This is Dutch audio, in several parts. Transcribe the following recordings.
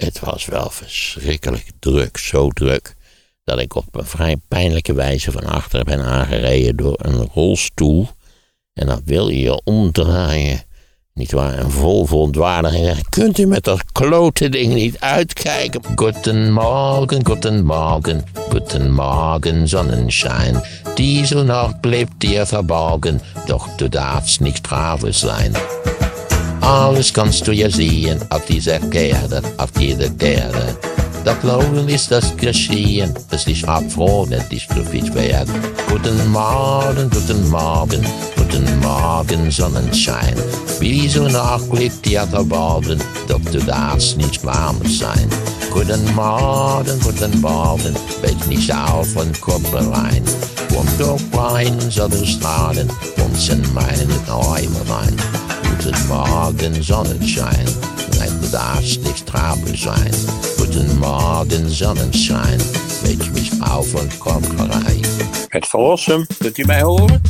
Het was wel verschrikkelijk druk, zo druk, dat ik op een vrij pijnlijke wijze van achter ben aangereden door een rolstoel. En dan wil je je omdraaien. Niet waar, en vol verontwaardiging zeggen, kunt u met dat klote ding niet uitkijken? Goedenmorgen, goedenmorgen, goedenmorgen, Sonnenschein. Diese Nacht bleibt dir verborgen, doch du darfst nicht traurig sein. Alles kannst du ja sehen auf dieser Erde, auf jeder Erde. Dat Logen ist das Geschehen, es dich abfroren, dich glücklich werden. Guten Morgen, guten Morgen, guten Morgen, Sonnenschein. Wie so Nacht blickt dir verborgen, doch du darfst nicht warm sein. Guten Morgen, wees nicht auf und komm rein. Komm doch rein, soll du strahlen, uns in meine Träume rein. Guten Morgen, Sonnenschein, nein, du darfst nicht traurig sein. Guten Morgen, Sonnenschein, wees mich auf und komm rein. Het Verlossum, kunt u mij horen?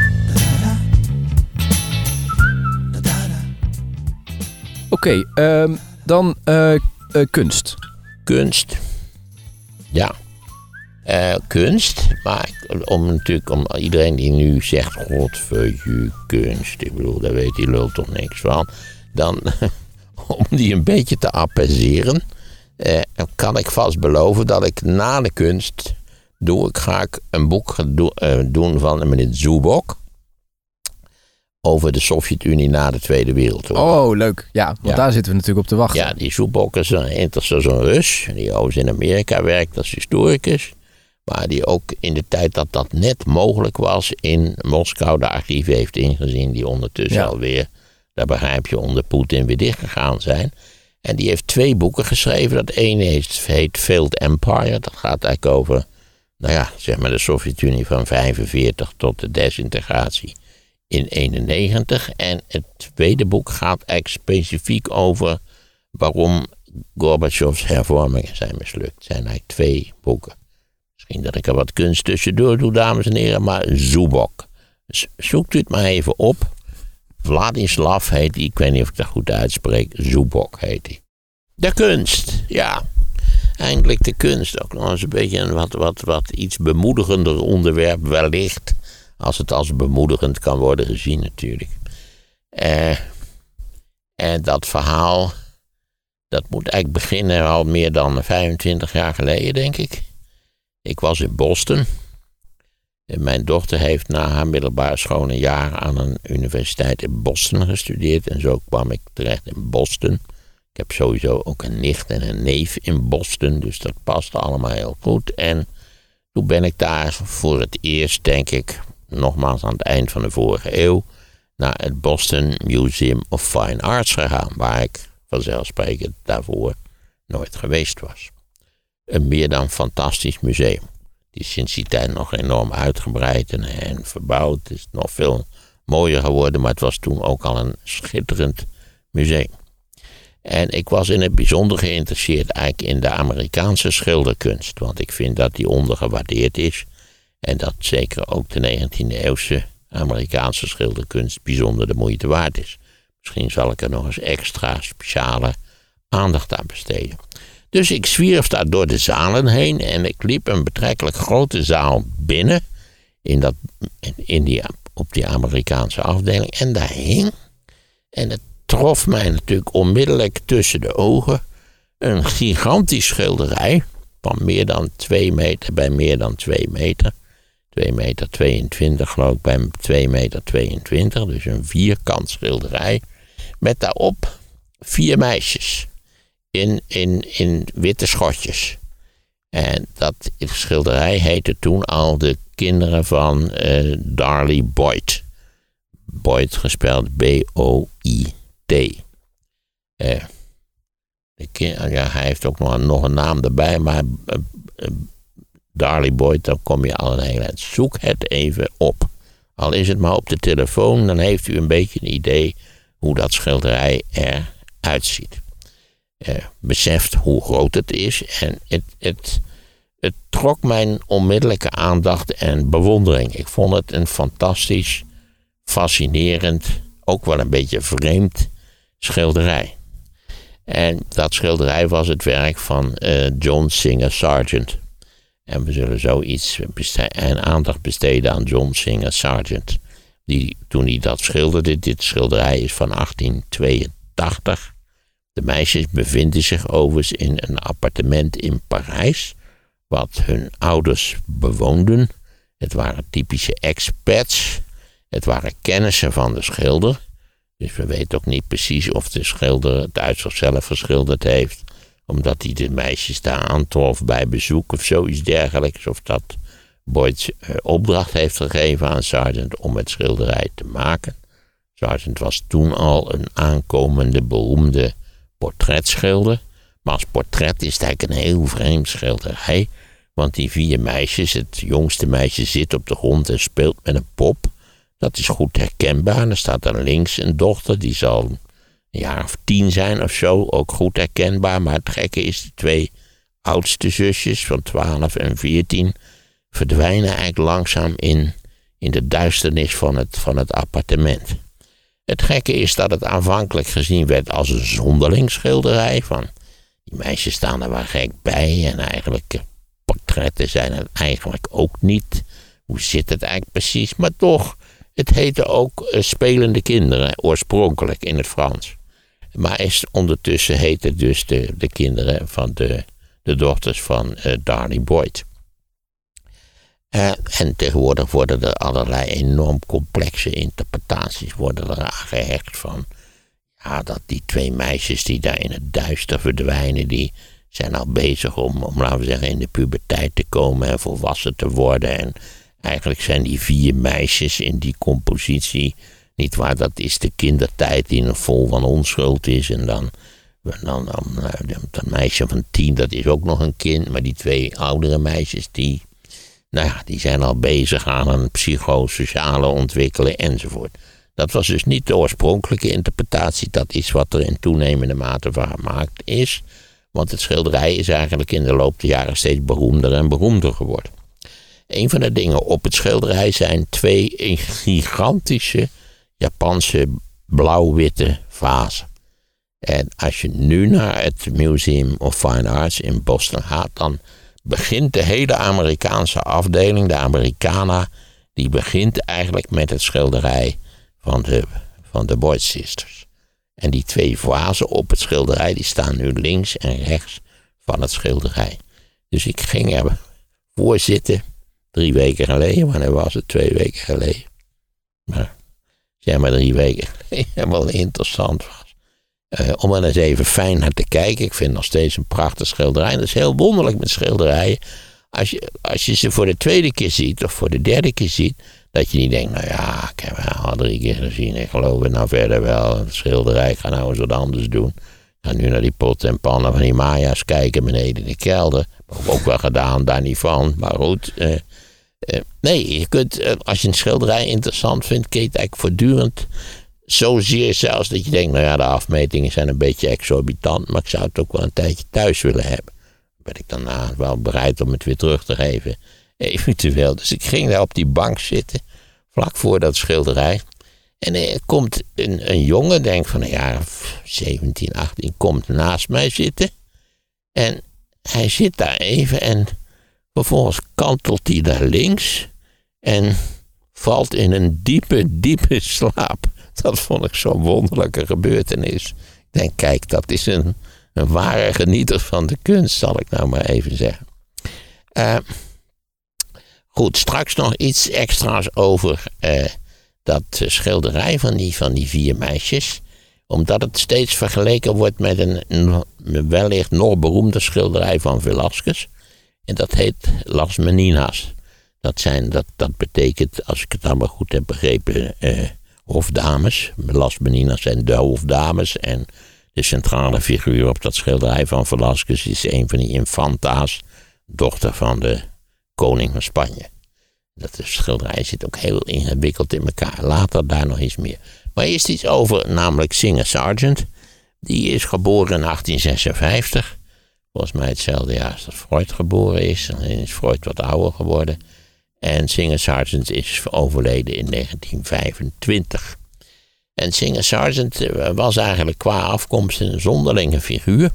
Oké, dan kunst. Kunst. Ja. Kunst. Maar om iedereen die nu zegt, godverdomme kunst. Ik bedoel, daar weet die lul toch niks van. Dan, om die een beetje te apaiseren, kan ik vast beloven dat ik na de kunst ga ik een boek doen van meneer Zubok. Over de Sovjet-Unie na de Tweede Wereldoorlog. Oh, leuk. Ja, want daar zitten we natuurlijk op te wachten. Ja, die Zubok is zo'n Rus. Die overigens in Amerika werkt als historicus. Maar die ook in de tijd dat net mogelijk was in Moskou de archieven heeft ingezien. Die ondertussen alweer, daar begrijp je, onder Poetin weer dichtgegaan zijn. En die heeft 2 boeken geschreven. Dat ene heet Failed Empire. Dat gaat eigenlijk over, zeg maar de Sovjet-Unie van 1945 tot de desintegratie in 1991. En het tweede boek gaat eigenlijk specifiek over waarom Gorbachevs hervormingen zijn mislukt. Het zijn eigenlijk 2 boeken. Misschien dat ik er wat kunst tussendoor doe, dames en heren, maar Zubok. Zoekt u het maar even op. Vladislav heet hij, ik weet niet of ik dat goed uitspreek. Zubok heet hij. De kunst, ja. Eindelijk de kunst. Ook nog eens een beetje een wat iets bemoedigender onderwerp wellicht. Als het als bemoedigend kan worden gezien natuurlijk. En dat verhaal, dat moet eigenlijk beginnen al meer dan 25 jaar geleden, denk ik. Ik was in Boston. En mijn dochter heeft na haar middelbare school een jaar aan een universiteit in Boston gestudeerd. En zo kwam ik terecht in Boston. Ik heb sowieso ook een nicht en een neef in Boston. Dus dat paste allemaal heel goed. En toen ben ik daar voor het eerst, denk ik, nogmaals aan het eind van de vorige eeuw, naar het Boston Museum of Fine Arts gegaan. Waar ik vanzelfsprekend daarvoor nooit geweest was. Een meer dan fantastisch museum. Die is sinds die tijd nog enorm uitgebreid en verbouwd. Het is nog veel mooier geworden, maar het was toen ook al een schitterend museum. En ik was in het bijzonder geïnteresseerd eigenlijk in de Amerikaanse schilderkunst. Want ik vind dat die ondergewaardeerd is. En dat zeker ook de 19e eeuwse Amerikaanse schilderkunst bijzonder de moeite waard is. Misschien zal ik er nog eens extra speciale aandacht aan besteden. Dus ik zwierf daar door de zalen heen en ik liep een betrekkelijk grote zaal binnen op die Amerikaanse afdeling. En daar hing, en het trof mij natuurlijk onmiddellijk tussen de ogen, een gigantisch schilderij van meer dan 2 meter bij meer dan 2 meter. 2,22 meter geloof ik bij 2,22 meter, dus een vierkant schilderij. Met daarop 4 meisjes. In witte schotjes. En dat schilderij heette toen al de kinderen van Darley Boyd. Boyd gespeld B-O-I-T. Hij heeft ook nog een naam erbij, maar Darley Boyd, dan kom je al een hele eind. Zoek het even op. Al is het maar op de telefoon, dan heeft u een beetje een idee hoe dat schilderij eruit ziet. Beseft hoe groot het is en het trok mijn onmiddellijke aandacht en bewondering. Ik vond het een fantastisch, fascinerend, ook wel een beetje vreemd schilderij. En dat schilderij was het werk van John Singer Sargent. En we zullen zoiets aandacht besteden aan John Singer Sargent. Toen hij dat schilderde, dit schilderij is van 1882. De meisjes bevinden zich overigens in een appartement in Parijs, wat hun ouders bewoonden. Het waren typische expats. Het waren kennissen van de schilder. Dus we weten ook niet precies of de schilder het uit zichzelf geschilderd heeft, omdat hij de meisjes daar aantrof bij bezoek of zoiets dergelijks. Of dat Boyd opdracht heeft gegeven aan Sargent om het schilderij te maken. Sargent was toen al een aankomende beroemde portretschilder. Maar als portret is het eigenlijk een heel vreemd schilderij. Want die 4 meisjes, het jongste meisje zit op de grond en speelt met een pop. Dat is goed herkenbaar. En er staat dan links een dochter, die zal een jaar of 10 zijn of zo. Ook goed herkenbaar. Maar het gekke is, de 2 oudste zusjes van 12 en 14... verdwijnen eigenlijk langzaam in de duisternis van het appartement. Het gekke is dat het aanvankelijk gezien werd als een zonderling schilderij. Van die meisjes staan er wel gek bij en eigenlijk portretten zijn het eigenlijk ook niet. Hoe zit het eigenlijk precies? Maar toch, het heette ook spelende kinderen, oorspronkelijk in het Frans. Maar ondertussen heet het dus de kinderen van de dochters van Darnley Boyd. En tegenwoordig worden er allerlei enorm complexe interpretaties worden eraan gehecht van, ja, dat die 2 meisjes die daar in het duister verdwijnen, die zijn al bezig om laten we zeggen, in de puberteit te komen en volwassen te worden. En eigenlijk zijn die 4 meisjes in die compositie, niet waar, dat is de kindertijd die nog vol van onschuld is. En dan dat meisje van 10, dat is ook nog een kind, maar die 2 oudere meisjes, die zijn al bezig aan een psychosociale ontwikkeling enzovoort. Dat was dus niet de oorspronkelijke interpretatie. Dat is wat er in toenemende mate van gemaakt is. Want het schilderij is eigenlijk in de loop der jaren steeds beroemder en beroemder geworden. Een van de dingen op het schilderij zijn 2 gigantische Japanse blauw-witte vazen. En als je nu naar het Museum of Fine Arts in Boston gaat, dan begint de hele Amerikaanse afdeling, de Americana, die begint eigenlijk met het schilderij van de Boyd Sisters. En die 2 vazen op het schilderij, die staan nu links en rechts van het schilderij. Dus ik ging er voor zitten, 3 weken geleden, wanneer was het? 2 weken geleden. Maar zeg maar 3 weken geleden, wel interessant was. Om er eens even fijn naar te kijken. Ik vind nog steeds een prachtig schilderij. Dat is heel wonderlijk met schilderijen. Als je ze voor de 2e keer ziet of voor de 3e keer ziet, dat je niet denkt, nou ja, ik heb het al 3 keer gezien. Ik geloof het nou verder wel. Het schilderij, ik ga nou eens wat anders doen. Ik ga nu naar die potten en pannen van die Maya's kijken beneden in de kelder. Dat heb ik ook wel gedaan, daar niet van. Maar goed. Nee, je kunt, als je een schilderij interessant vindt, kun je het eigenlijk voortdurend zozeer zelfs dat je denkt, nou ja, de afmetingen zijn een beetje exorbitant, maar ik zou het ook wel een tijdje thuis willen hebben. Ben ik dan wel bereid om het weer terug te geven, eventueel. Dus ik ging daar op die bank zitten, vlak voor dat schilderij. En er komt een jongen, denk van een jaar of 17, 18, komt naast mij zitten. En hij zit daar even en vervolgens kantelt hij naar links en valt in een diepe slaap. Dat vond ik zo'n wonderlijke gebeurtenis. Ik denk, kijk, dat is een ware genieter van de kunst, zal ik nou maar even zeggen. Goed, straks nog iets extra's over dat schilderij van die 4 meisjes. Omdat het steeds vergeleken wordt met een wellicht nog beroemder schilderij van Velázquez. En dat heet Las Meninas. Dat betekent, als ik het allemaal goed heb begrepen, hofdames. Las Meninas zijn de hofdames. En de centrale figuur op dat schilderij van Velázquez is een van die infanta's, dochter van de koning van Spanje. Dat schilderij zit ook heel ingewikkeld in elkaar. Later daar nog iets meer. Maar eerst iets over, namelijk Singer Sargent. Die is geboren in 1856. Volgens mij hetzelfde jaar als dat Freud geboren is. Dan is Freud wat ouder geworden. En Singer Sargent is overleden in 1925. En Singer Sargent was eigenlijk qua afkomst een zonderlinge figuur.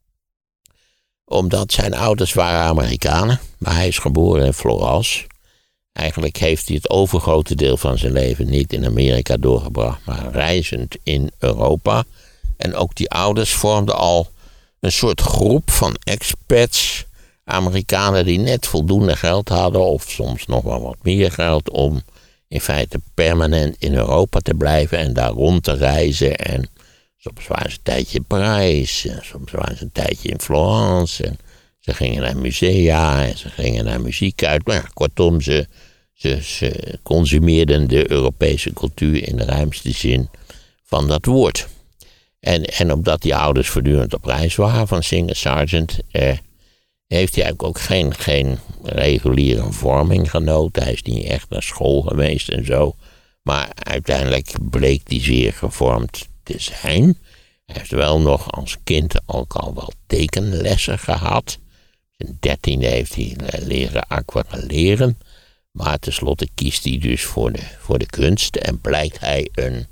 Omdat zijn ouders waren Amerikanen, maar hij is geboren in Florence. Eigenlijk heeft hij het overgrote deel van zijn leven niet in Amerika doorgebracht, maar reizend in Europa. En ook die ouders vormden al een soort groep van expats, Amerikanen die net voldoende geld hadden, of soms nog wel wat meer geld, om in feite permanent in Europa te blijven en daar rond te reizen. En soms waren ze een tijdje in Parijs, en soms waren ze een tijdje in Florence. En ze gingen naar musea en ze gingen naar muziek uit. Maar kortom, ze consumeerden de Europese cultuur in de ruimste zin van dat woord. En omdat die ouders voortdurend op reis waren van Singer Sargent, heeft hij eigenlijk ook geen reguliere vorming genoten. Hij is niet echt naar school geweest en zo. Maar uiteindelijk bleek hij zeer gevormd te zijn. Hij heeft wel nog als kind ook al wel tekenlessen gehad. Zijn 13e heeft hij leren aquarelleren. Maar tenslotte kiest hij dus voor de kunst. En blijkt hij een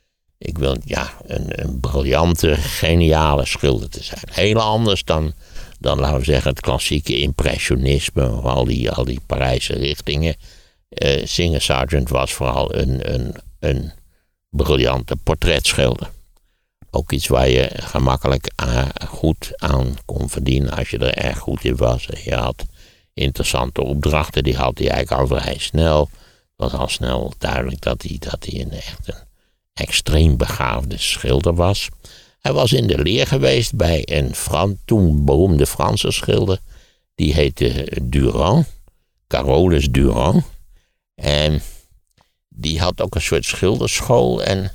briljante, geniale schilder te zijn. Heel anders dan laten we zeggen het klassieke impressionisme of al die Parijse richtingen. Singer Sargent was vooral een briljante portretschilder. Ook iets waar je gemakkelijk goed aan kon verdienen als je er erg goed in was. En je had interessante opdrachten, die had hij eigenlijk al vrij snel. Het was al snel duidelijk dat hij echt een extreem begaafde schilder was. Hij was in de leer geweest bij een toen beroemde Franse schilder. Die heette Durand, Carolus Durand. En die had ook een soort schilderschool. En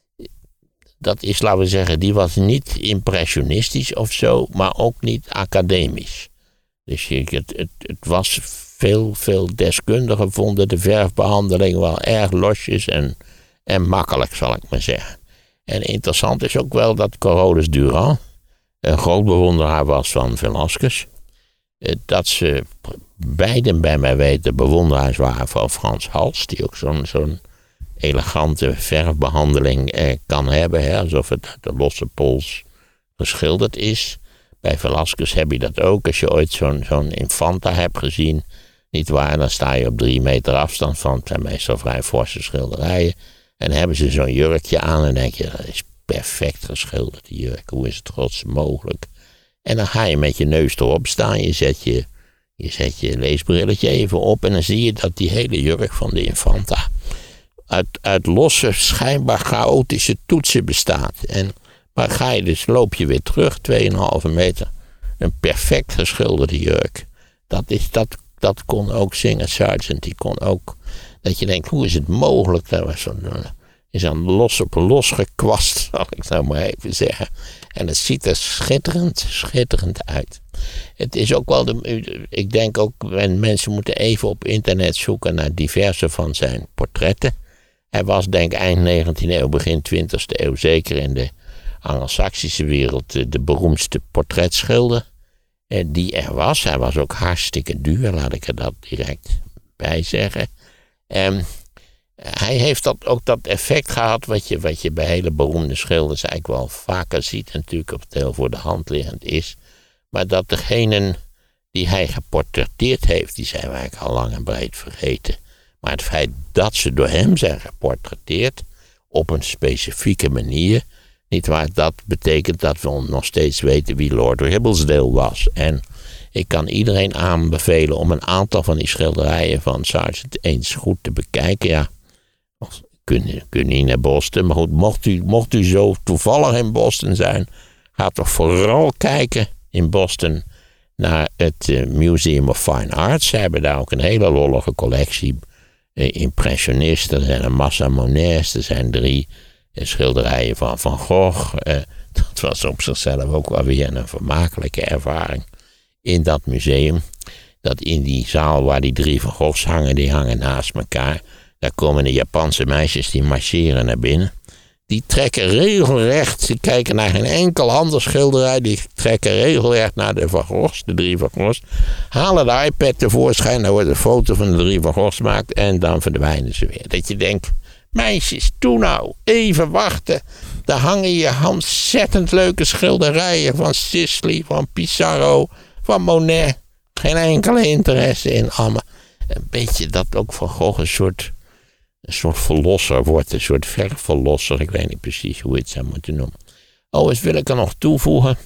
dat is, laten we zeggen, die was niet impressionistisch of zo, maar ook niet academisch. Dus het was veel deskundigen vonden de verfbehandeling wel erg losjes en makkelijk, zal ik maar zeggen. En interessant is ook wel dat Carolus Durand een groot bewonderaar was van Velasquez. Dat ze beiden bij mij weten bewonderaars waren van Frans Hals, die ook zo'n elegante verfbehandeling kan hebben, hè, alsof het uit de losse pols geschilderd is. Bij Velasquez heb je dat ook. Als je ooit zo'n Infanta hebt gezien, niet waar, dan sta je op 3 meter afstand van. Het zijn meestal vrij forse schilderijen. En hebben ze zo'n jurkje aan en denk je, dat is perfect geschilderd, die jurk. Hoe is het godsdienst mogelijk? En dan ga je met je neus erop staan, je zet je leesbrilletje even op en dan zie je dat die hele jurk van de Infanta uit losse, schijnbaar chaotische toetsen bestaat. Maar loop je weer terug, 2,5 meter. Een perfect geschilderde jurk. Dat kon ook Singer Sargent. Die kon ook, dat je denkt, hoe is het mogelijk? Dat was zo'n losgekwast, zal ik nou maar even zeggen. En het ziet er schitterend uit. Het is ook wel, ik denk ook, mensen moeten even op internet zoeken naar diverse van zijn portretten. Hij was, denk ik, eind 19e eeuw, begin 20e eeuw, zeker in de Anglo-Saxische wereld, de beroemdste portretschilder die er was. Hij was ook hartstikke duur, laat ik er dat direct bij zeggen. Hij heeft ook dat effect gehad wat je bij hele beroemde schilders eigenlijk wel vaker ziet, natuurlijk op het heel voor de hand liggend is. Maar dat degenen die hij geportretteerd heeft, die zijn we eigenlijk al lang en breed vergeten. Maar het feit dat ze door hem zijn geportretteerd op een specifieke manier, nietwaar, dat betekent dat we nog steeds weten wie Lord Ribblesdale was. En ik kan iedereen aanbevelen om een aantal van die schilderijen van Sargent eens goed te bekijken. Ja, kun je niet naar Boston, maar goed, mocht u zo toevallig in Boston zijn, ga toch vooral kijken in Boston naar het Museum of Fine Arts. Ze hebben daar ook een hele lollige collectie impressionisten. Er zijn een massa Monets, er zijn 3 schilderijen van Van Gogh. Dat was op zichzelf ook wel weer een vermakelijke ervaring in dat museum. Dat in die zaal waar die 3 Van Goghs hangen, die hangen naast elkaar. Daar komen de Japanse meisjes, die marcheren naar binnen. Die trekken regelrecht, ze kijken naar geen enkel ander schilderij, die trekken regelrecht naar de Van Goghs, de 3 Van Goghs. Halen de iPad tevoorschijn, daar wordt een foto van de 3 Van Goghs gemaakt en dan verdwijnen ze weer. Dat je denkt, Meisjes, doe nou, even wachten. Daar hangen hier ontzettend leuke schilderijen van Sisley, van Pissarro, van Monet. Geen enkele interesse in allemaal. Een beetje dat ook Van Gogh een soort verlosser wordt, een soort verfverlosser. Ik weet niet precies hoe je het zou moeten noemen. Eens wil ik er nog toevoegen.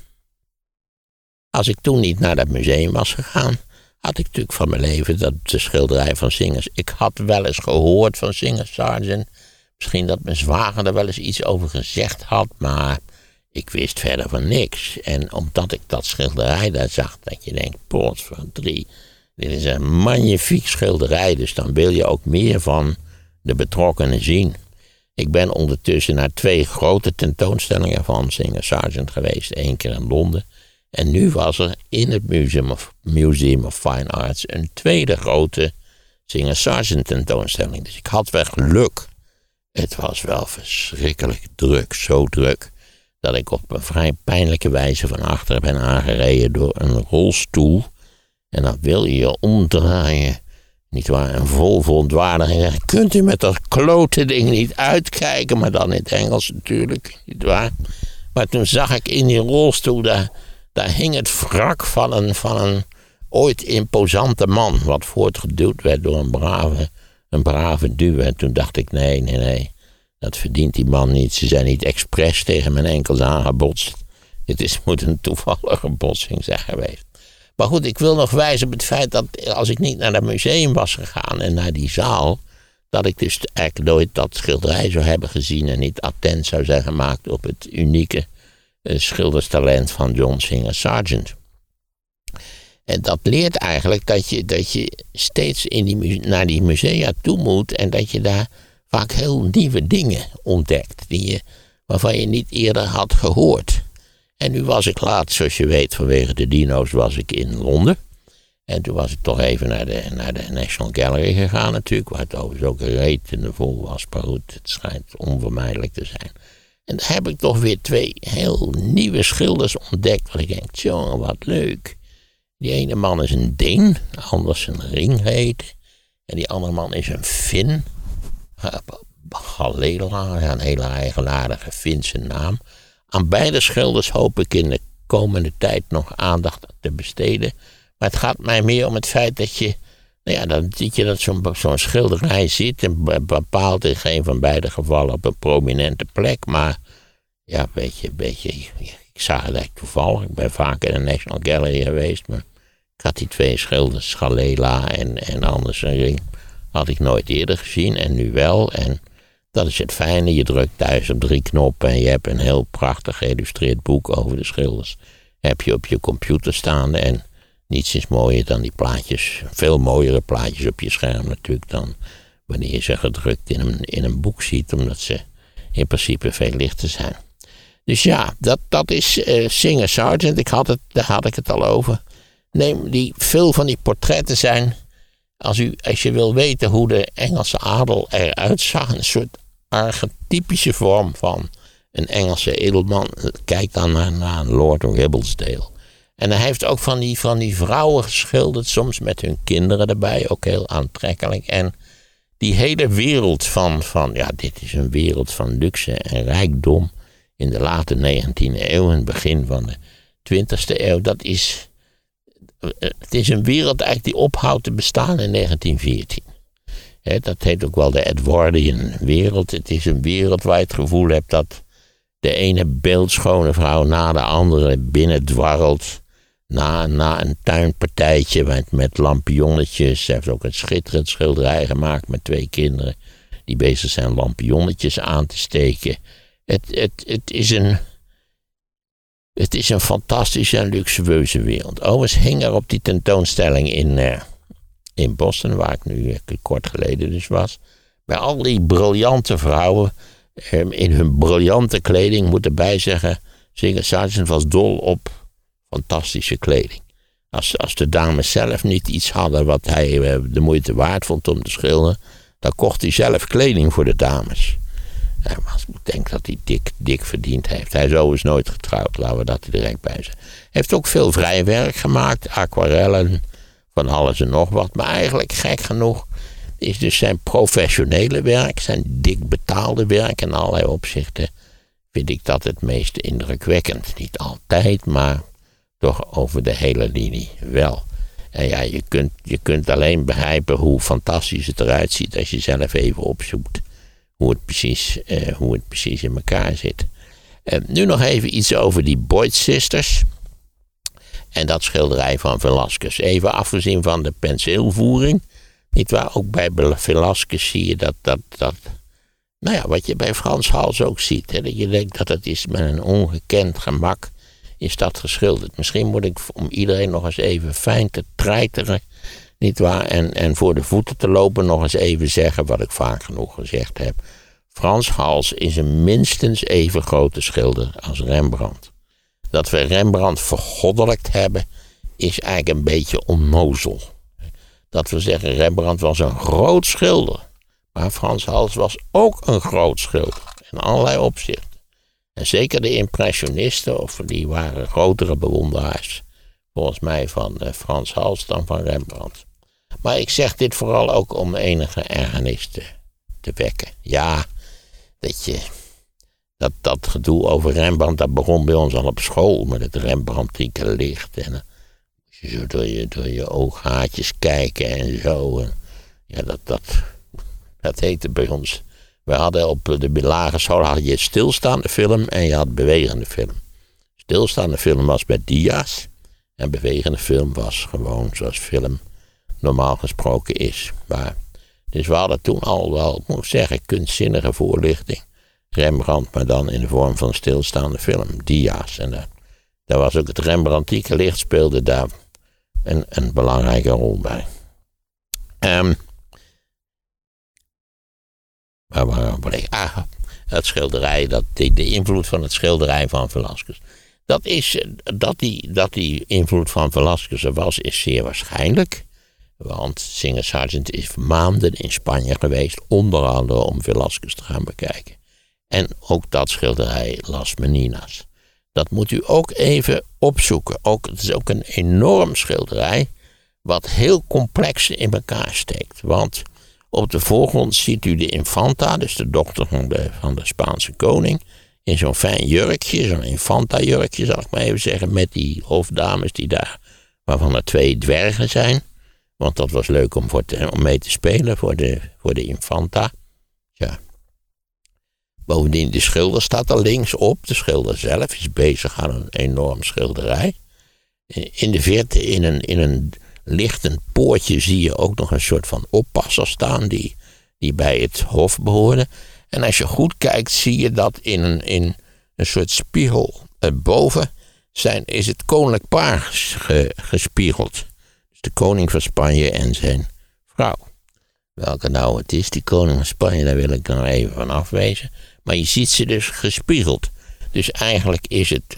Als ik toen niet naar dat museum was gegaan, had ik natuurlijk van mijn leven dat de schilderij van Singer. Ik had wel eens gehoord van Singer Sargent. Misschien dat mijn zwager er wel eens iets over gezegd had, maar ik wist verder van niks. En omdat ik dat schilderij daar zag, dat je denkt, potverdrie, dit is een magnifiek schilderij, dus dan wil je ook meer van de betrokkenen zien. Ik ben ondertussen naar 2 grote tentoonstellingen van Singer Sargent geweest, 1 keer in Londen. En nu was er in het Museum of Fine Arts een tweede grote Singer Sargent tentoonstelling. Dus ik had wel geluk. Het was wel verschrikkelijk druk, zo druk, dat ik op een vrij pijnlijke wijze van achter ben aangereden door een rolstoel. En dan wil je je omdraaien. Niet waar, en vol verontwaardiging zeggen, kunt u met dat klote ding niet uitkijken, maar dan in het Engels natuurlijk, niet waar. Maar toen zag ik in die rolstoel, daar hing het wrak van een ooit imposante man, wat voortgeduwd werd door een brave duw. En toen dacht ik, nee, dat verdient die man niet. Ze zijn niet expres tegen mijn enkels aangebotst. Moet een toevallige botsing zijn geweest. Maar goed, ik wil nog wijzen op het feit dat als ik niet naar dat museum was gegaan en naar die zaal, dat ik dus eigenlijk nooit dat schilderij zou hebben gezien en niet attent zou zijn gemaakt op het unieke schilderstalent van John Singer Sargent. En dat leert eigenlijk dat je steeds naar die musea toe moet en dat je daar vaak heel nieuwe dingen ontdekt waarvan je niet eerder had gehoord. En nu was ik laatst, zoals je weet, vanwege de dino's was ik in Londen. En toen was ik toch even naar de National Gallery gegaan natuurlijk, waar het overigens ook retende vol was. Maar goed, het schijnt onvermijdelijk te zijn. En daar heb ik toch weer 2 heel nieuwe schilders ontdekt, waar ik denk, jongen, wat leuk. Die ene man is een Deen, anders een Ringheet. En die andere man is een Fin. Gallela, een hele eigenaardige Finse naam. Aan beide schilders hoop ik in de komende tijd nog aandacht te besteden. Maar het gaat mij meer om het feit dat je, dan zie je dat zo'n schilderij zit en bepaalt in geen van beide gevallen op een prominente plek. Maar ja, beetje, ik zag het eigenlijk toevallig. Ik ben vaak in de National Gallery geweest, maar ik had die 2 schilders, Gallela en anders een Ring, had ik nooit eerder gezien en nu wel. En dat is het fijne, je drukt thuis op 3 knoppen en je hebt een heel prachtig geïllustreerd boek over de schilders. Heb je op je computer staan en niets is mooier dan die plaatjes, veel mooiere plaatjes op je scherm natuurlijk dan wanneer je ze gedrukt in een boek ziet, omdat ze in principe veel lichter zijn. Dus ja, dat is Singer Sargent, daar had ik het al over. Veel van die portretten zijn, als je wil weten hoe de Engelse adel eruit zag, een soort archetypische vorm van een Engelse edelman. Kijk dan naar Lord Ribblesdale. En hij heeft ook van die vrouwen geschilderd, soms met hun kinderen erbij, ook heel aantrekkelijk. En die hele wereld dit is een wereld van luxe en rijkdom in de late 19e eeuw en begin van de 20e eeuw. Het is een wereld eigenlijk die ophoudt te bestaan in 1914. Dat heet ook wel de Edwardian wereld. Het is een wereld waar je het gevoel hebt dat de ene beeldschone vrouw na de andere binnendwarrelt. Na een tuinpartijtje met lampionnetjes. Ze heeft ook een schitterend schilderij gemaakt met 2 kinderen die bezig zijn lampionnetjes aan te steken. Het is een fantastische en luxueuze wereld. Overigens hing er op die tentoonstelling in Boston, waar ik nu kort geleden dus was, bij al die briljante vrouwen in hun briljante kleding, moet erbij zeggen, Singer Sargent was dol op fantastische kleding. Als de dames zelf niet iets hadden wat hij de moeite waard vond om te schilderen, dan kocht hij zelf kleding voor de dames. Ja, maar ik denk dat hij dik verdiend heeft. Hij is overigens nooit getrouwd, laten we dat er direct bij zijn. Hij heeft ook veel vrij werk gemaakt, aquarellen, van alles en nog wat. Maar eigenlijk, gek genoeg, is dus zijn professionele werk, zijn dik betaalde werk in allerlei opzichten, vind ik dat het meest indrukwekkend. Niet altijd, maar toch over de hele linie wel. En ja, je kunt alleen begrijpen hoe fantastisch het eruit ziet als je zelf even opzoekt hoe het precies in elkaar zit. Nu nog even iets over die Boyd Sisters. En dat schilderij van Velasquez. Even afgezien van de penseelvoering. Nietwaar, ook bij Velasquez zie je dat nou ja, wat je bij Frans Hals ook ziet. Hè, dat je denkt dat het is met een ongekend gemak is dat geschilderd. Misschien moet ik om iedereen nog eens even fijn te treiteren. Nietwaar, en voor de voeten te lopen nog eens even zeggen wat ik vaak genoeg gezegd heb. Frans Hals is een minstens even grote schilder als Rembrandt. Dat we Rembrandt vergoddelijkt hebben, is eigenlijk een beetje onnozel. Dat we zeggen, Rembrandt was een groot schilder. Maar Frans Hals was ook een groot schilder. In allerlei opzichten. En zeker de impressionisten, of die waren grotere bewonderaars, volgens mij, van Frans Hals dan van Rembrandt. Maar ik zeg dit vooral ook om enige ergernis te wekken. Ja, dat gedoe over Rembrandt, dat begon bij ons al op school met het Rembrandtieke licht. En zo door je ooghaartjes kijken en zo. En ja, dat heette bij ons. We hadden op de lagere school had je stilstaande film en je had bewegende film. Stilstaande film was met dia's en bewegende film was gewoon zoals film normaal gesproken is. Dus we hadden toen al wel, moet ik zeggen, kunstzinnige voorlichting. Rembrandt, maar dan in de vorm van stilstaande film, dia's. En daar was ook het Rembrandtieke licht speelde daar een belangrijke rol bij. Het schilderij, de invloed van het schilderij van Velasquez. Dat die invloed van Velasquez er was, is zeer waarschijnlijk. Want Singer Sargent is maanden in Spanje geweest, onder andere om Velasquez te gaan bekijken. En ook dat schilderij Las Meninas. Dat moet u ook even opzoeken. Het is ook een enorm schilderij, wat heel complex in elkaar steekt. Want op de voorgrond ziet u de Infanta, dus de dochter van de Spaanse koning, in zo'n fijn jurkje, zo'n Infanta-jurkje zal ik maar even zeggen, met die hofdames die daar, waarvan er 2 dwergen zijn. Want dat was leuk om mee te spelen voor de Infanta. Ja. Bovendien, de schilder staat er links op. De schilder zelf is bezig aan een enorm schilderij. In de verte, in een lichtend poortje, zie je ook nog een soort van oppasser staan die bij het hof behoorde. En als je goed kijkt, zie je dat in een soort spiegel boven is het koninklijk paar gespiegeld. Dus de koning van Spanje en zijn vrouw. Welke nou het is, die koning van Spanje, daar wil ik dan even van afwezen. Maar je ziet ze dus gespiegeld. Dus eigenlijk is het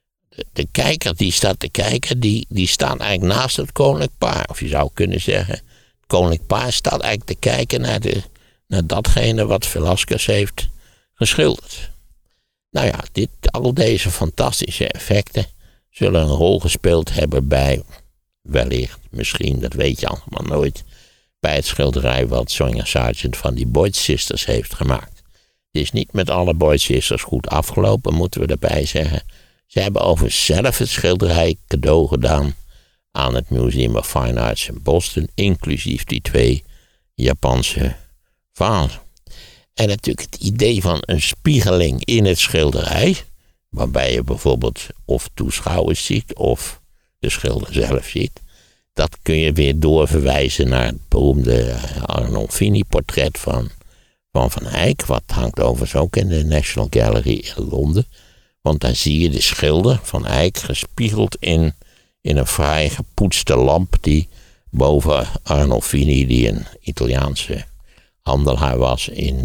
de kijker die staat te kijken, die staat eigenlijk naast het koninklijk paar. Of je zou kunnen zeggen, het koninklijk paar staat eigenlijk te kijken naar datgene wat Velasquez heeft geschilderd. Nou ja, al deze fantastische effecten zullen een rol gespeeld hebben bij, wellicht, misschien, dat weet je allemaal nooit, bij het schilderij wat Singer Sargent van die Boyd Sisters heeft gemaakt. Het is niet met alle Boyd Sisters goed afgelopen, moeten we erbij zeggen. Ze hebben overigens zelf het schilderij cadeau gedaan aan het Museum of Fine Arts in Boston, inclusief die 2 Japanse vazen. En natuurlijk het idee van een spiegeling in het schilderij, waarbij je bijvoorbeeld of toeschouwers ziet of de schilder zelf ziet, dat kun je weer doorverwijzen naar het beroemde Arnolfini-portret van Van Eyck, wat hangt overigens ook in de National Gallery in Londen. Want daar zie je de schilder Van Eyck gespiegeld in een fraai gepoetste lamp die boven Arnolfini, die een Italiaanse handelaar was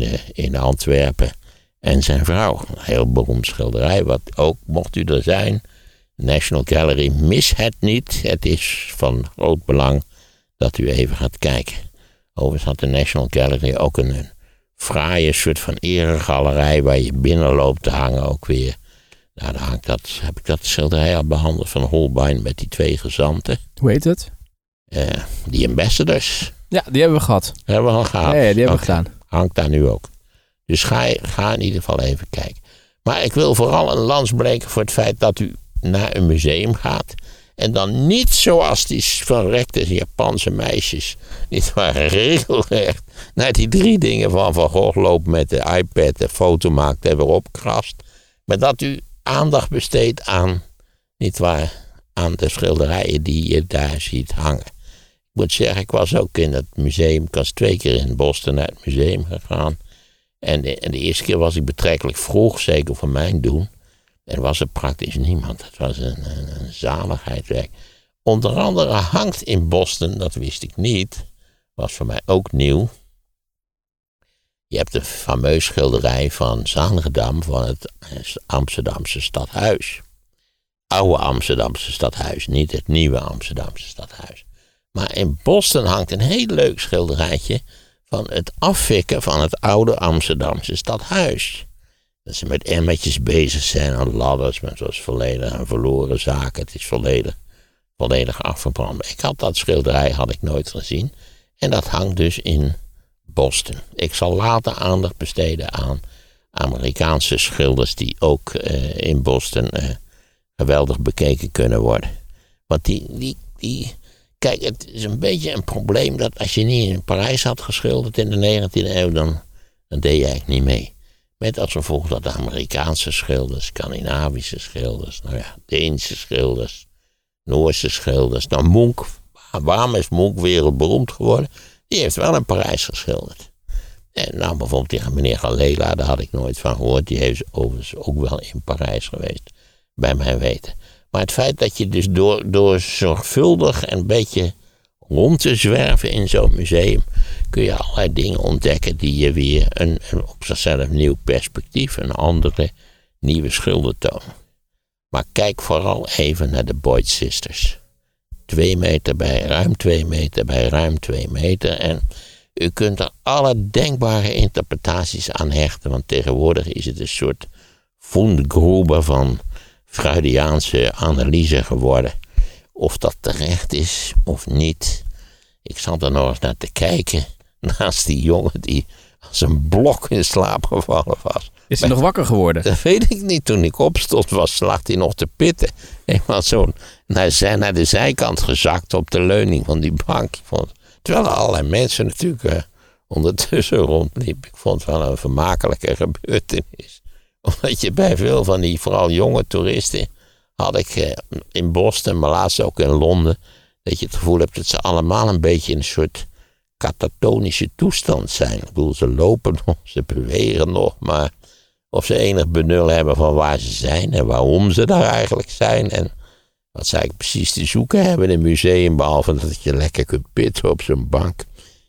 in Antwerpen, en zijn vrouw. Een heel beroemd schilderij, wat ook, mocht u er zijn, National Gallery, mis het niet. Het is van groot belang dat u even gaat kijken. Overigens had de National Gallery ook een fraaie soort van eregalerij waar je binnenloopt te hangen ook weer. Nou, daar heb ik dat schilderij al behandeld van Holbein met die 2 gezanten. Hoe heet het? Die Ambassadors. Ja, die hebben we gehad. Hebben we al gehad? Ja, die hebben we gedaan. Hangt daar nu ook. Dus ga in ieder geval even kijken. Maar ik wil vooral een lans breken voor het feit dat u naar een museum gaat. En dan niet zoals die verrekte Japanse meisjes. Niet waar, regelrecht naar die 3 dingen van Gogh loopt met de iPad, de foto maakt en weer opkrast. Maar dat u aandacht besteedt aan, niet waar, aan de schilderijen die je daar ziet hangen. Ik moet zeggen, ik was ook in het museum. Ik was 2 keer in Boston naar het museum gegaan. En de eerste keer was ik betrekkelijk vroeg, zeker voor mijn doen. Er was er praktisch niemand. Het was een zaligheidwerk. Onder andere hangt in Boston, dat wist ik niet, was voor mij ook nieuw. Je hebt een fameus schilderij van Zaandam van het Amsterdamse stadhuis. Oude Amsterdamse stadhuis, niet het nieuwe Amsterdamse stadhuis. Maar in Boston hangt een heel leuk schilderijtje van het afvikken van het oude Amsterdamse stadhuis. Dat ze met emmertjes bezig zijn aan ladders, maar zoals volledig aan verloren zaken. Het is volledig afgebrand. Ik had dat schilderij nooit gezien. En dat hangt dus in Boston. Ik zal later aandacht besteden aan Amerikaanse schilders die ook in Boston geweldig bekeken kunnen worden. Want kijk, het is een beetje een probleem dat als je niet in Parijs had geschilderd in de 19e eeuw, dan deed je eigenlijk niet mee. Met als gevolg dat de Amerikaanse schilders, Scandinavische schilders, Deense schilders, Noorse schilders. Nou, Munch, waarom is Munch wereldberoemd geworden? Die heeft wel in Parijs geschilderd. En nou, bijvoorbeeld tegen meneer Gallela, daar had ik nooit van gehoord. Die heeft overigens ook wel in Parijs geweest, bij mijn weten. Maar het feit dat je dus door zorgvuldig en een beetje rond te zwerven in zo'n museum, kun je allerlei dingen ontdekken die je weer een op zichzelf nieuw perspectief, een andere nieuwe schilder tonen. Maar kijk vooral even naar de Boyd Sisters. 2 meter bij ruim 2 meter bij ruim 2 meter. En u kunt er alle denkbare interpretaties aan hechten, want tegenwoordig is het een soort Fundgrube van Freudiaanse analyse geworden. Of dat terecht is of niet. Ik zat er nog eens naar te kijken. Naast die jongen die als een blok in slaap gevallen was. Is hij nog wakker geworden? Dat weet ik niet. Toen ik opstond lag hij nog te pitten. Hij was zo naar de zijkant gezakt op de leuning van die bank. Terwijl er allerlei mensen natuurlijk ondertussen rondliepen. Ik vond het wel een vermakelijke gebeurtenis. Omdat je bij veel van die vooral jonge toeristen, had ik in Boston, maar laatst ook in Londen, dat je het gevoel hebt dat ze allemaal een beetje in een soort katatonische toestand zijn. Ik bedoel, ze lopen nog, ze bewegen nog, maar of ze enig benul hebben van waar ze zijn en waarom ze daar eigenlijk zijn en wat ze eigenlijk precies te zoeken hebben in een museum, behalve dat je lekker kunt pitten op zo'n bank.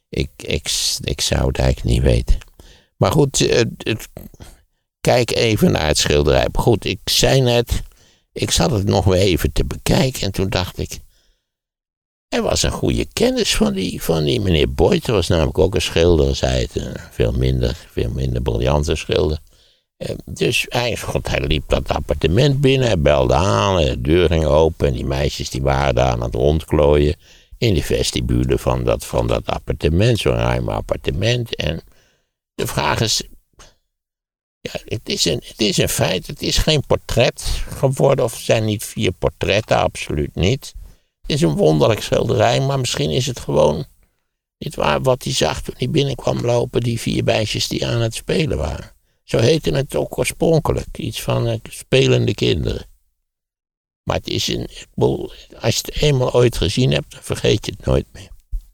Ik zou het eigenlijk niet weten. Maar goed, kijk even naar het schilderij. Goed, ik zei net, ik zat het nog weer even te bekijken en toen dacht ik, er was een goede kennis van die meneer Boyd. Er was namelijk ook een schilder, zei het, een veel minder briljante schilder. Dus hij liep dat appartement binnen, hij belde aan, de deur ging open en die meisjes die waren daar aan het rondklooien in de vestibule van dat appartement, zo'n ruim appartement. En de vraag is, ja, het is een feit, het is geen portret geworden, of het zijn niet 4 portretten, absoluut niet. Het is een wonderlijk schilderij, maar misschien is het gewoon niet waar wat hij zag toen hij binnenkwam lopen, die 4 meisjes die aan het spelen waren. Zo heette het ook oorspronkelijk, iets van spelende kinderen. Maar het is als je het eenmaal ooit gezien hebt, dan vergeet je het nooit meer.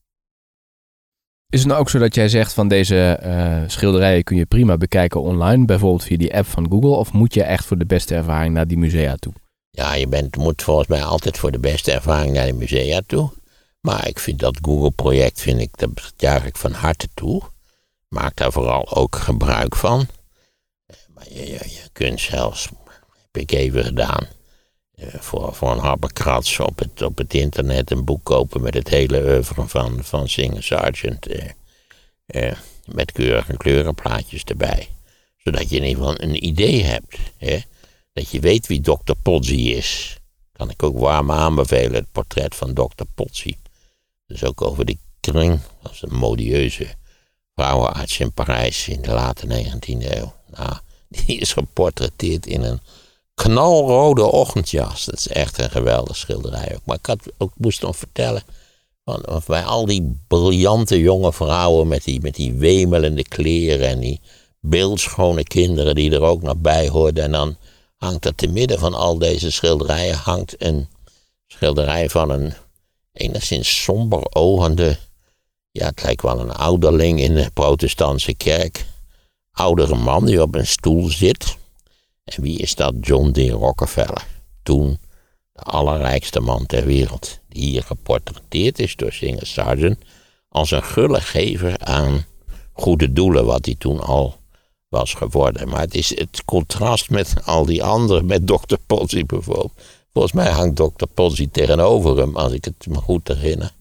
Is het nou ook zo dat jij zegt van deze schilderijen kun je prima bekijken online, bijvoorbeeld via die app van Google, of moet je echt voor de beste ervaring naar die musea toe? Ja, je moet volgens mij altijd voor de beste ervaring naar de musea toe. Maar ik vind dat Google-project, dat juich ik van harte toe. Maak daar vooral ook gebruik van. Maar je kunt zelfs, heb ik even gedaan, voor een habbekrats op het internet een boek kopen met het hele oeuvre van Singer Sargent. Met keurige kleurenplaatjes erbij. Zodat je in ieder geval een idee hebt. Dat je weet wie Dr. Pozzi is. Kan ik ook warm aanbevelen, het portret van Dr. Pozzi. Dus ook over die Kring, dat was een modieuze vrouwenarts in Parijs in de late 19e eeuw. Nou, die is geportretteerd in een knalrode ochtendjas. Dat is echt een geweldige schilderij ook. Maar ik moest nog vertellen, want bij al die briljante jonge vrouwen met die wemelende kleren en die beeldschone kinderen die er ook nog bij hoorden. En dan hangt er te midden van al deze schilderijen hangt een schilderij van een enigszins somber ogende, ja, het lijkt wel een ouderling in de protestantse kerk. Oudere man die op een stoel zit. En wie is dat? John D. Rockefeller. Toen de allerrijkste man ter wereld. Die hier geportretteerd is door Singer Sargent als een gulle gever aan goede doelen, wat hij toen al was geworden. Maar het is het contrast met al die anderen, met Dr. Pozzi bijvoorbeeld. Volgens mij hangt Dr. Pozzi tegenover hem, als ik het me goed herinner.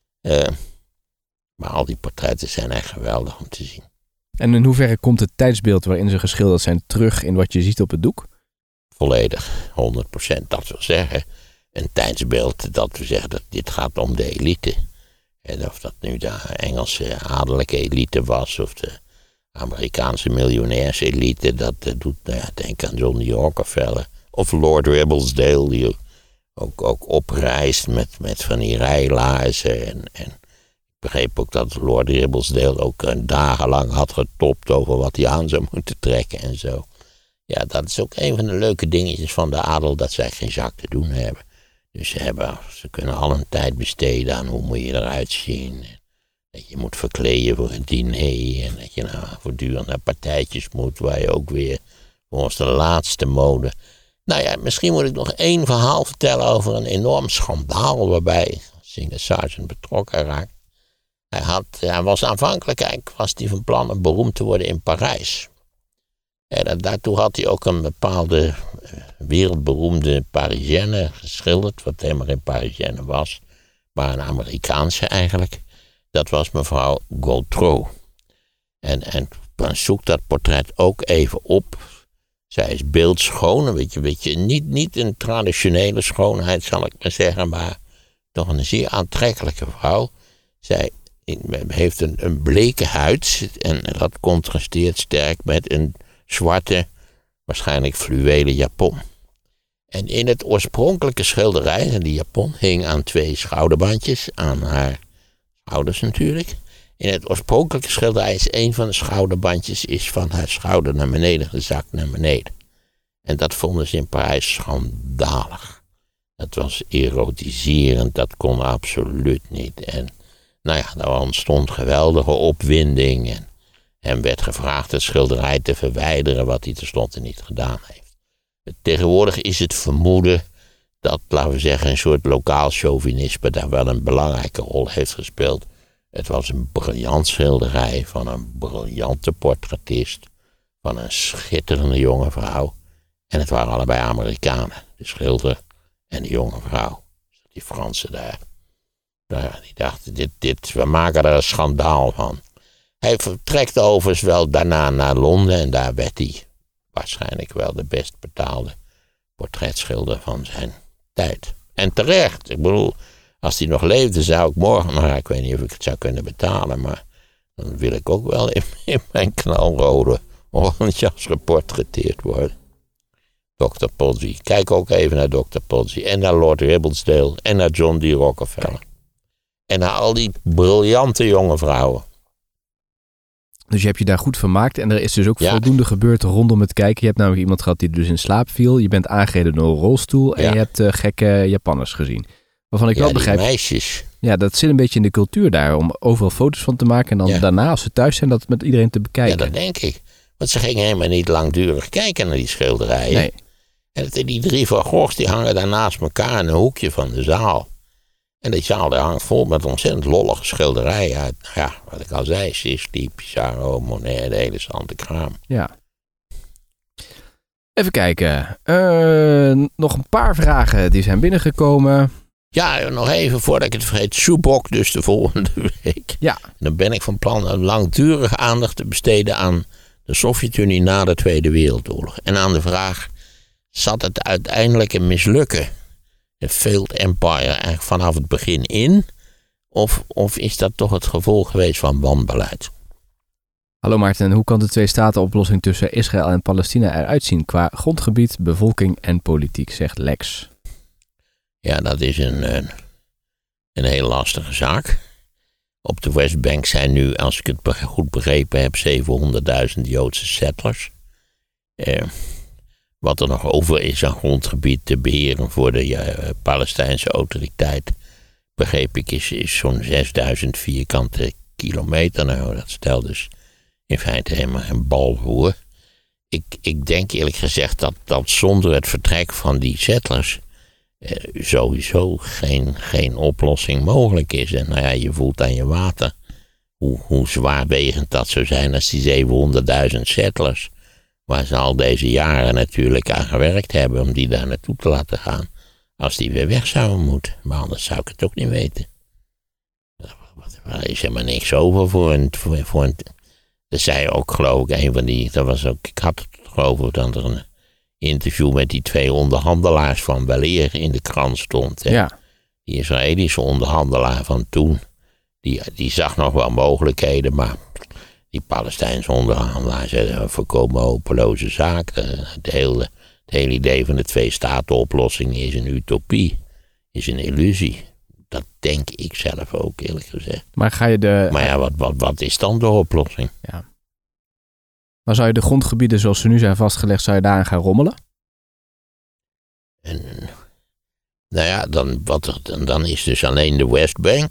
Maar al die portretten zijn echt geweldig om te zien. En in hoeverre komt het tijdsbeeld waarin ze geschilderd zijn terug in wat je ziet op het doek? Volledig, 100%. Dat wil zeggen, een tijdsbeeld dat we zeggen dat dit gaat om de elite. En of dat nu de Engelse adellijke elite was of de Amerikaanse miljonairselite, dat doet, denk aan John D. Rockefeller. Of Lord Ribblesdale, die ook opreist met van die rijlaarzen. En ik begreep ook dat Lord Ribblesdale ook dagenlang had getopt over wat hij aan zou moeten trekken en zo. Ja, dat is ook een van de leuke dingetjes van de adel, dat zij geen zak te doen hebben. Dus ze kunnen al een tijd besteden aan hoe moet je eruit zien. Dat je moet verkleden voor een diner. En dat je voortdurend naar partijtjes moet, waar je ook weer volgens de laatste mode. Nou ja, misschien moet ik nog één verhaal vertellen over een enorm schandaal waarbij Singer Sargent betrokken raakt. Hij was aanvankelijk van plan om beroemd te worden in Parijs. En daartoe had hij ook een bepaalde wereldberoemde Parisienne geschilderd, wat helemaal geen Parisienne was, maar een Amerikaanse eigenlijk. Dat was mevrouw Gautreau. En zoek dat portret ook even op. Zij is beeldschoon, een beetje niet een traditionele schoonheid zal ik maar zeggen, maar toch een zeer aantrekkelijke vrouw. Zij heeft een bleke huid en dat contrasteert sterk met een zwarte, waarschijnlijk fluwelen japon. En in het oorspronkelijke schilderij, en die japon hing aan 2 schouderbandjes, aan haar schouders natuurlijk. In het oorspronkelijke schilderij is een van de schouderbandjes is van haar schouder naar beneden gezakt naar beneden. En dat vonden ze in Parijs schandalig. Dat was erotiserend, dat kon absoluut niet. En nou ja, daar ontstond geweldige opwinding en hem werd gevraagd het schilderij te verwijderen, wat hij tenslotte niet gedaan heeft. Tegenwoordig is het vermoeden dat, laten we zeggen, een soort lokaal chauvinisme daar wel een belangrijke rol heeft gespeeld. Het was een briljant schilderij van een briljante portretist, van een schitterende jonge vrouw. En het waren allebei Amerikanen, de schilder en de jonge vrouw. Die Fransen daar. Die dachten, we maken er een schandaal van. Hij vertrekt overigens wel daarna naar Londen en daar werd hij waarschijnlijk wel de best betaalde portretschilder van zijn tijd. En terecht, ik bedoel, als hij nog leefde zou ik morgen, ik weet niet of ik het zou kunnen betalen, maar dan wil ik ook wel in mijn knalrode oranjas geportretteerd worden. Dr. Pozzi, kijk ook even naar Dr. Pozzi en naar Lord Ribblesdale en naar John D. Rockefeller. En naar al die briljante jonge vrouwen. Dus je hebt je daar goed vermaakt en er is dus ook voldoende gebeurd rondom het kijken. Je hebt namelijk iemand gehad die dus in slaap viel. Je bent aangereden door een rolstoel en je hebt gekke Japanners gezien. Waarvan ik wel begrijp. Meisjes. Ja, dat zit een beetje in de cultuur daar om overal foto's van te maken en dan daarna als ze thuis zijn dat met iedereen te bekijken. Ja, dat denk ik. Want ze gingen helemaal niet langdurig kijken naar die schilderijen. Nee. En die 3 Van Goghs die hangen daar naast elkaar in een hoekje van de zaal. En die zaal daar hangt vol met ontzettend lollige schilderijen uit. Ja, wat ik al zei, Sisley, Pissarro, Monet, de hele zante kraam. Ja. Even kijken. Nog een paar vragen die zijn binnengekomen. Ja, nog even voordat ik het vergeet. Subok dus de volgende week. Ja. Dan ben ik van plan een langdurige aandacht te besteden aan de Sovjet-Unie na de Tweede Wereldoorlog. En aan de vraag, zat het uiteindelijk een mislukken? Een failed empire eigenlijk vanaf het begin in? Of is dat toch het gevolg geweest van wanbeleid? Hallo Maarten, hoe kan de twee-staten-oplossing tussen Israël en Palestina eruit zien qua grondgebied, bevolking en politiek, zegt Lex. Ja, dat is een heel lastige zaak. Op de Westbank zijn nu, als ik het goed begrepen heb, 700.000 Joodse settlers. Wat er nog over is aan grondgebied te beheren voor de Palestijnse autoriteit, begreep ik, is zo'n 6.000 vierkante kilometer. Nou, dat stelt dus in feite helemaal een bal voor. Ik denk eerlijk gezegd dat zonder het vertrek van die settlers sowieso geen oplossing mogelijk is. En nou ja, je voelt aan je water hoe zwaarwegend dat zou zijn als die 700.000 settlers, waar ze al deze jaren natuurlijk aan gewerkt hebben om die daar naartoe te laten gaan, als die weer weg zouden moeten. Maar anders zou ik het ook niet weten. Er is helemaal niks over voor een. Dat zei ook, geloof ik, een van die. Dat was ook, ik had het geloof ik dat er een interview met die 2 onderhandelaars van weleer in de krant stond. Hè. Ja. Die Israëlische onderhandelaar van toen, die zag nog wel mogelijkheden, maar die Palestijnse onderhandelaar zei voorkomen hopeloze zaak. Het hele idee van de twee-staten-oplossing is een utopie, is een illusie. Dat denk ik zelf ook, eerlijk gezegd. Maar ga je Maar ja, wat is dan de oplossing? Ja. Maar zou je de grondgebieden zoals ze nu zijn vastgelegd, zou je daaraan gaan rommelen? En, nou ja, dan is dus alleen de Westbank.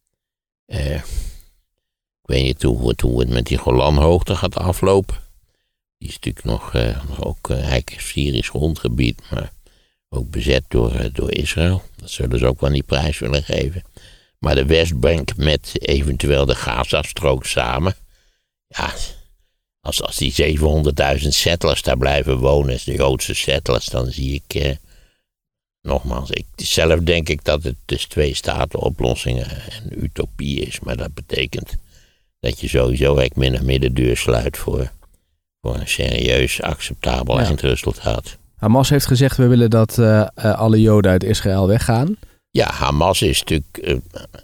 Ik weet niet hoe het met die Golanhoogte gaat aflopen. Die is natuurlijk nog ook eigenlijk Syrisch grondgebied, maar ook bezet door Israël. Dat zullen ze ook wel niet prijs willen geven. Maar de Westbank met eventueel de Gazastrook samen. Ja, als die 700.000 settlers daar blijven wonen, de Joodse settlers, dan zie ik, nogmaals, zelf denk ik dat het dus twee-staten-oplossing een utopie is. Maar dat betekent dat je sowieso een middendeur sluit voor een serieus acceptabel eindresultaat. Hamas heeft gezegd, we willen dat alle Joden uit Israël weggaan. Ja, Hamas is natuurlijk.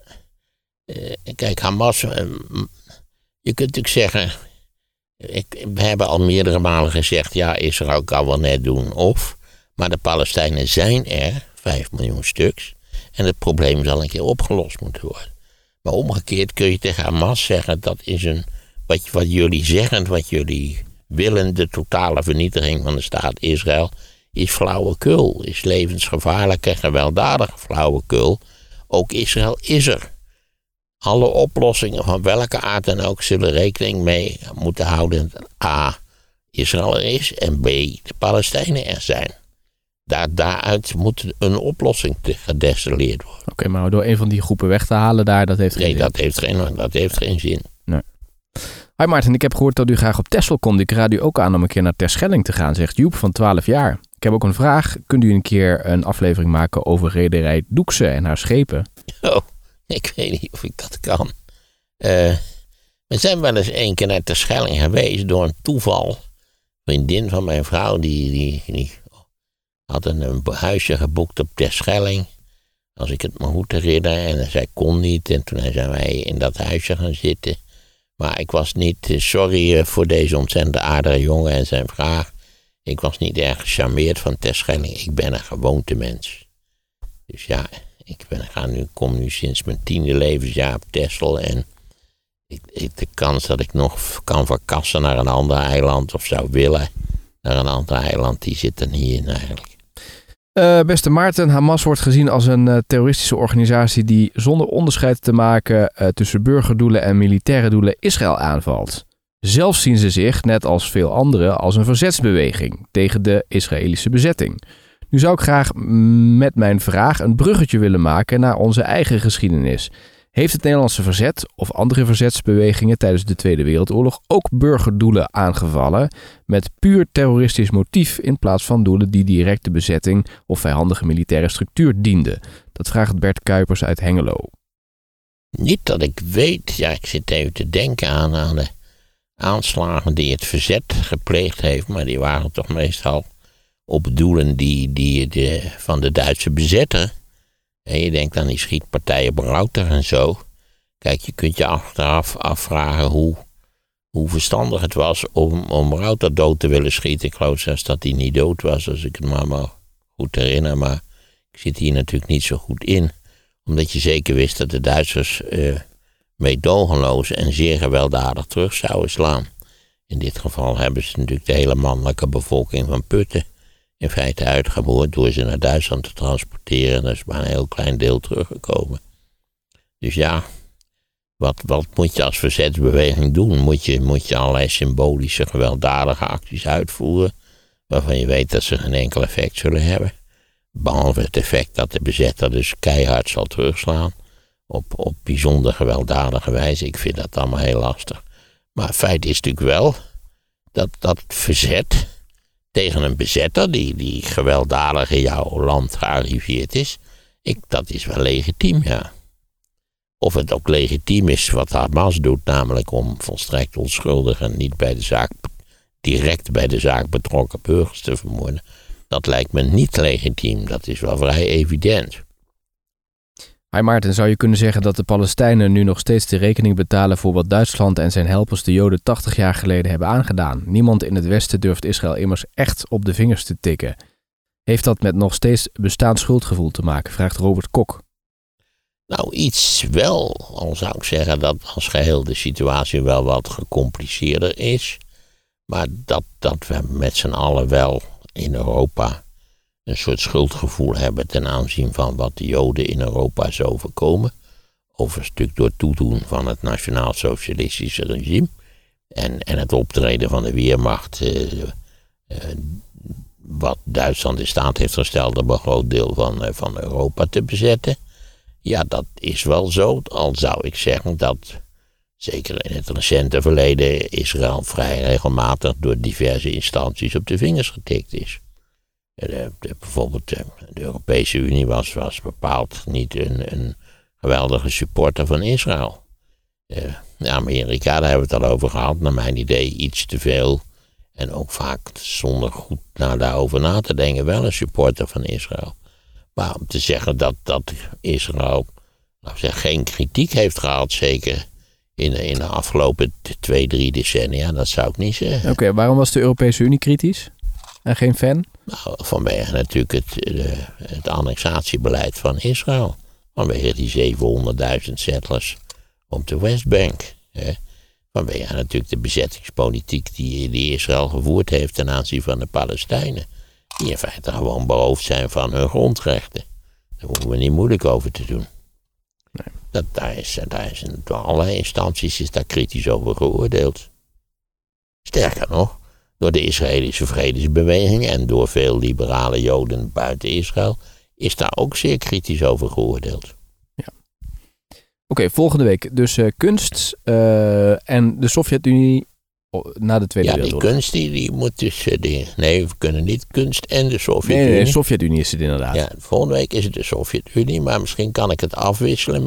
Kijk, Hamas. Je kunt natuurlijk zeggen. We hebben al meerdere malen gezegd. Ja, Israël kan wel net doen. Maar de Palestijnen zijn er, 5 miljoen stuks. En het probleem zal een keer opgelost moeten worden. Maar omgekeerd kun je tegen Hamas zeggen. Dat is wat jullie zeggen, wat jullie willen. De totale vernietiging van de staat Israël. Is flauwekul, is levensgevaarlijke, gewelddadige flauwekul. Ook Israël is er. Alle oplossingen van welke aard dan ook zullen rekening mee moeten houden dat A, Israël er is en B, de Palestijnen er zijn. Daaruit moet een oplossing gedestilleerd worden. Oké, maar door een van die groepen weg te halen daar, dat heeft geen zin. Dat heeft geen zin. Nee. Hoi Maarten, ik heb gehoord dat u graag op Texel komt. Ik raad u ook aan om een keer naar Terschelling te gaan, zegt Joep van 12 jaar. Ik heb ook een vraag. Kunt u een keer een aflevering maken over rederij Doekse en haar schepen? Oh, ik weet niet of ik dat kan. We zijn wel eens 1 keer naar Terschelling geweest door een toeval. Een vriendin van mijn vrouw, die had een huisje geboekt op Terschelling. Als ik het me goed herinner. En zij kon niet. En toen zijn wij in dat huisje gaan zitten. Maar ik was niet, sorry voor deze ontzettend aardige jongen en zijn vraag. Ik was niet erg gecharmeerd van Terschelling. Ik ben een gewoontemens. Dus ja, kom nu sinds mijn 10e levensjaar op Texel. En de kans dat ik nog kan verkassen naar een ander eiland of zou willen naar een ander eiland, die zit er niet in eigenlijk. Beste Maarten, Hamas wordt gezien als een terroristische organisatie die zonder onderscheid te maken tussen burgerdoelen en militaire doelen Israël aanvalt. Zelf zien ze zich, net als veel anderen, als een verzetsbeweging tegen de Israëlische bezetting. Nu zou ik graag met mijn vraag een bruggetje willen maken naar onze eigen geschiedenis. Heeft het Nederlandse verzet of andere verzetsbewegingen tijdens de Tweede Wereldoorlog ook burgerdoelen aangevallen met puur terroristisch motief in plaats van doelen die direct de bezetting of vijandige militaire structuur dienden? Dat vraagt Bert Kuipers uit Hengelo. Niet dat ik weet, ja, ik zit even te denken aan de aanslagen die het verzet gepleegd heeft, maar die waren toch meestal op doelen van de Duitse bezetter. En je denkt aan die schietpartijen Brauter en zo. Kijk, je kunt je achteraf afvragen hoe verstandig het was om Rauter dood te willen schieten. Ik geloof zelfs dat hij niet dood was, als ik het maar goed herinner. Maar ik zit hier natuurlijk niet zo goed in. Omdat je zeker wist dat de Duitsers meedogenloos en zeer gewelddadig terug zouden slaan. In dit geval hebben ze natuurlijk de hele mannelijke bevolking van Putten in feite uitgeboord door ze naar Duitsland te transporteren. En er is maar een heel klein deel teruggekomen. Dus ja, wat moet je als verzetsbeweging doen? Moet je allerlei symbolische gewelddadige acties uitvoeren, waarvan je weet dat ze geen enkel effect zullen hebben? Behalve het effect dat de bezetter dus keihard zal terugslaan op bijzonder gewelddadige wijze. Ik vind dat allemaal heel lastig. Maar het feit is natuurlijk wel dat verzet tegen een bezetter die gewelddadig in jouw land gearriveerd is, dat is wel legitiem, ja. Of het ook legitiem is wat Hamas doet, namelijk om volstrekt onschuldige en niet direct bij de zaak betrokken burgers te vermoorden. Dat lijkt me niet legitiem, dat is wel vrij evident. Hi Maarten, zou je kunnen zeggen dat de Palestijnen nu nog steeds de rekening betalen voor wat Duitsland en zijn helpers de Joden 80 jaar geleden hebben aangedaan? Niemand in het Westen durft Israël immers echt op de vingers te tikken. Heeft dat met nog steeds bestaand schuldgevoel te maken, vraagt Robert Kok. Nou, iets wel, al zou ik zeggen dat als geheel de situatie wel wat gecompliceerder is. Maar dat we met z'n allen wel in Europa een soort schuldgevoel hebben ten aanzien van wat de Joden in Europa is overkomen. Over een stuk door toedoen van het nationaal-socialistische regime. En het optreden van de Weermacht, wat Duitsland in staat heeft gesteld om een groot deel van Europa te bezetten. Ja, dat is wel zo. Al zou ik zeggen dat, zeker in het recente verleden, Israël vrij regelmatig door diverse instanties op de vingers getikt is. Bijvoorbeeld de Europese Unie was bepaald niet een geweldige supporter van Israël. Amerika, daar hebben we het al over gehad, naar mijn idee iets te veel. En ook vaak zonder goed daarover na te denken wel een supporter van Israël. Maar om te zeggen dat Israël geen kritiek heeft gehad, zeker in de afgelopen 2-3 decennia, dat zou ik niet zeggen. Oké, waarom was de Europese Unie kritisch en geen fan? Nou, vanwege natuurlijk het annexatiebeleid van Israël. Vanwege die 700.000 settlers op de Westbank. Vanwege natuurlijk de bezettingspolitiek die Israël gevoerd heeft ten aanzien van de Palestijnen. Die in feite gewoon beroofd zijn van hun grondrechten. Daar hoeven we niet moeilijk over te doen. Nee. Daar is door allerlei instanties is daar kritisch over geoordeeld. Sterker nog, door de Israëlische vredesbeweging en door veel liberale Joden buiten Israël is daar ook zeer kritisch over geoordeeld. Ja. Oké, volgende week dus kunst en de Sovjet-Unie na de Tweede Wereldoorlog. Ja, die kunst die moet dus... we kunnen niet kunst en de Sovjet-Unie. Nee, de Sovjet-Unie is het inderdaad. Ja, volgende week is het de Sovjet-Unie, maar misschien kan ik het afwisselen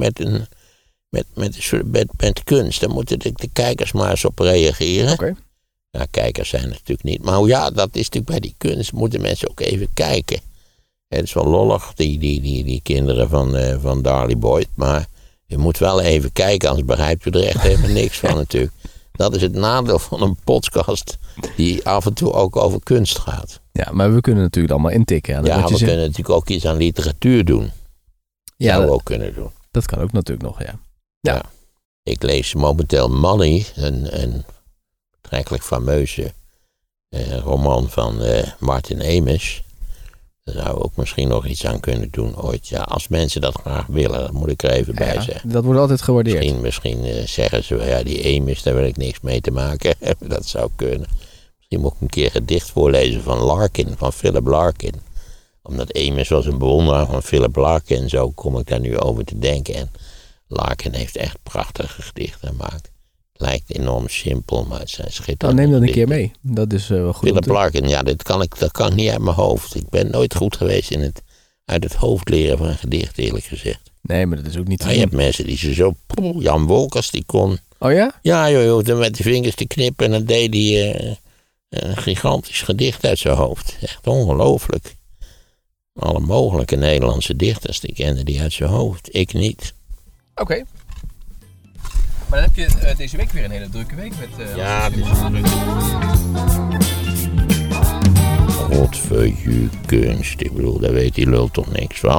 met kunst. Dan moeten de kijkers maar eens op reageren. Oké. Ja, kijkers zijn er natuurlijk niet. Maar ja, dat is natuurlijk bij die kunst, moeten mensen ook even kijken. Het is wel lollig, die kinderen van Darlie Boyd, maar je moet wel even kijken, anders begrijpt u er echt helemaal niks van natuurlijk. Dat is het nadeel van een podcast die af en toe ook over kunst gaat. Ja, maar we kunnen natuurlijk allemaal intikken. Ja, we kunnen natuurlijk ook iets aan literatuur doen. Ja, zouden we ook kunnen doen. Dat kan ook natuurlijk nog, ja. Ik lees momenteel Money, een betrekkelijk fameuze roman van Martin Amis. Daar zouden we ook misschien nog iets aan kunnen doen ooit. Ja, als mensen dat graag willen, dat moet ik er even bij zeggen. Dat wordt altijd gewaardeerd. Misschien zeggen ze, ja, die Amis, daar wil ik niks mee te maken hebben. Dat zou kunnen. Misschien moet ik een keer gedicht voorlezen van Philip Larkin. Omdat Amis was een bewonderaar van Philip Larkin. Zo kom ik daar nu over te denken. En Larkin heeft echt prachtige gedichten gemaakt. Het lijkt enorm simpel, maar het zijn schitterende neem dat een gedichten. keer mee. Dat is wel goed. Philip Larkin, ja, dat kan ik niet uit mijn hoofd. Ik ben nooit goed geweest in het uit het hoofd leren van een gedicht, eerlijk gezegd. Nee, maar dat is ook niet... Maar je hebt mensen die ze zo... Jan Wolkers, die kon... Oh ja? Ja, joh, met de vingers te knippen en dan deed hij een gigantisch gedicht uit zijn hoofd. Echt ongelooflijk. Alle mogelijke Nederlandse dichters, die kenden die uit zijn hoofd. Ik niet. Oké. Maar dan heb je deze week weer een hele drukke week met... ja, het is druk. Godverje kunst. Ik bedoel, daar weet die lul toch niks van.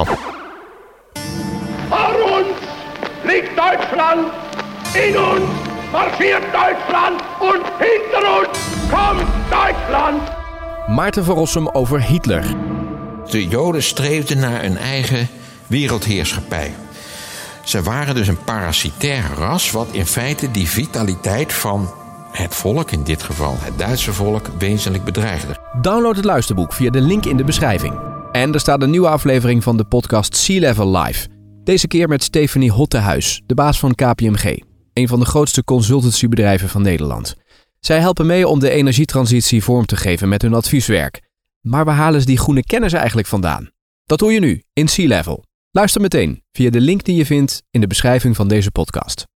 Vor uns liegt Deutschland, in uns marschiert Deutschland und hinter uns kommt Deutschland. Maarten van Rossum over Hitler. De Joden streefden naar een eigen wereldheerschappij. Ze waren dus een parasitair ras wat in feite die vitaliteit van het volk, in dit geval het Duitse volk, wezenlijk bedreigde. Download het luisterboek via de link in de beschrijving. En er staat een nieuwe aflevering van de podcast Sea Level Live. Deze keer met Stephanie Hottehuis, de baas van KPMG. Een van de grootste consultancybedrijven van Nederland. Zij helpen mee om de energietransitie vorm te geven met hun advieswerk. Maar waar halen ze die groene kennis eigenlijk vandaan? Dat hoor je nu in Sea Level. Luister meteen via de link die je vindt in de beschrijving van deze podcast.